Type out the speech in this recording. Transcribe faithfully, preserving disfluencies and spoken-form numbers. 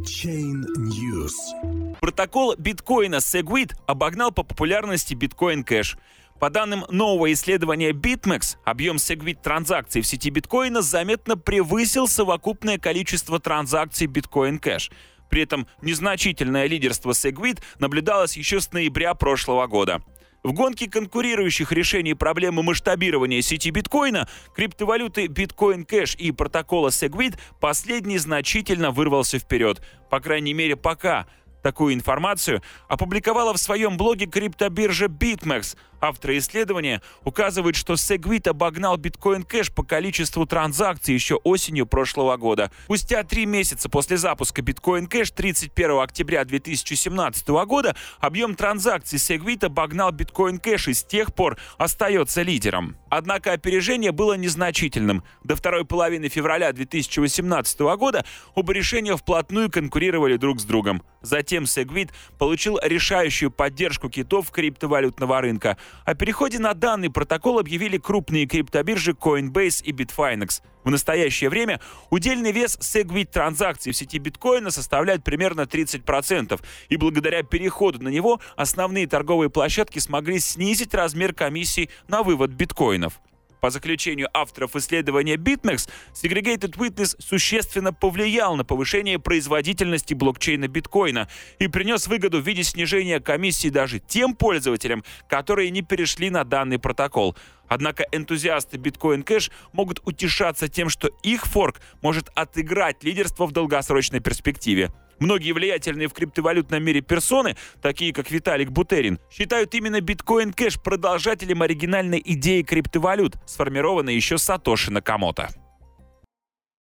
Chain News. Протокол биткоина Segwit обогнал по популярности биткоин Cash. По данным нового исследования BitMEX, объем Segwit транзакций в сети биткоина заметно превысил совокупное количество транзакций биткоин Cash. При этом незначительное лидерство Segwit наблюдалось еще с ноября прошлого года. В гонке конкурирующих решений проблемы масштабирования сети биткоина, криптовалюты Bitcoin Cash и протокола Segwit последний значительно вырвался вперед. По крайней мере, пока. Такую информацию опубликовала в своем блоге криптобиржа BitMEX. Авторы исследования указывают, что Segwit обогнал Bitcoin Cash по количеству транзакций еще осенью прошлого года. Спустя три месяца после запуска Bitcoin Cash тридцать первого октября две тысячи семнадцатого года объем транзакций Segwit обогнал Bitcoin Cash и с тех пор остается лидером. Однако опережение было незначительным. До второй половины февраля две тысячи восемнадцатого года оба решения вплотную конкурировали друг с другом. Затем Segwit получил решающую поддержку китов криптовалютного рынка. О переходе на данный протокол объявили крупные криптобиржи Coinbase и Bitfinex. В настоящее время удельный вес Segwit транзакций в сети биткоина составляет примерно тридцать процентов, и благодаря переходу на него основные торговые площадки смогли снизить размер комиссий на вывод биткоинов. По заключению авторов исследования BitMEX, Segregated Witness существенно повлиял на повышение производительности блокчейна биткоина и принес выгоду в виде снижения комиссий даже тем пользователям, которые не перешли на данный протокол. Однако энтузиасты Bitcoin Cash могут утешаться тем, что их форк может отыграть лидерство в долгосрочной перспективе. Многие влиятельные в криптовалютном мире персоны, такие как Виталик Бутерин, считают именно Bitcoin Cash продолжателем оригинальной идеи криптовалют, сформированной еще Сатоши Накамото.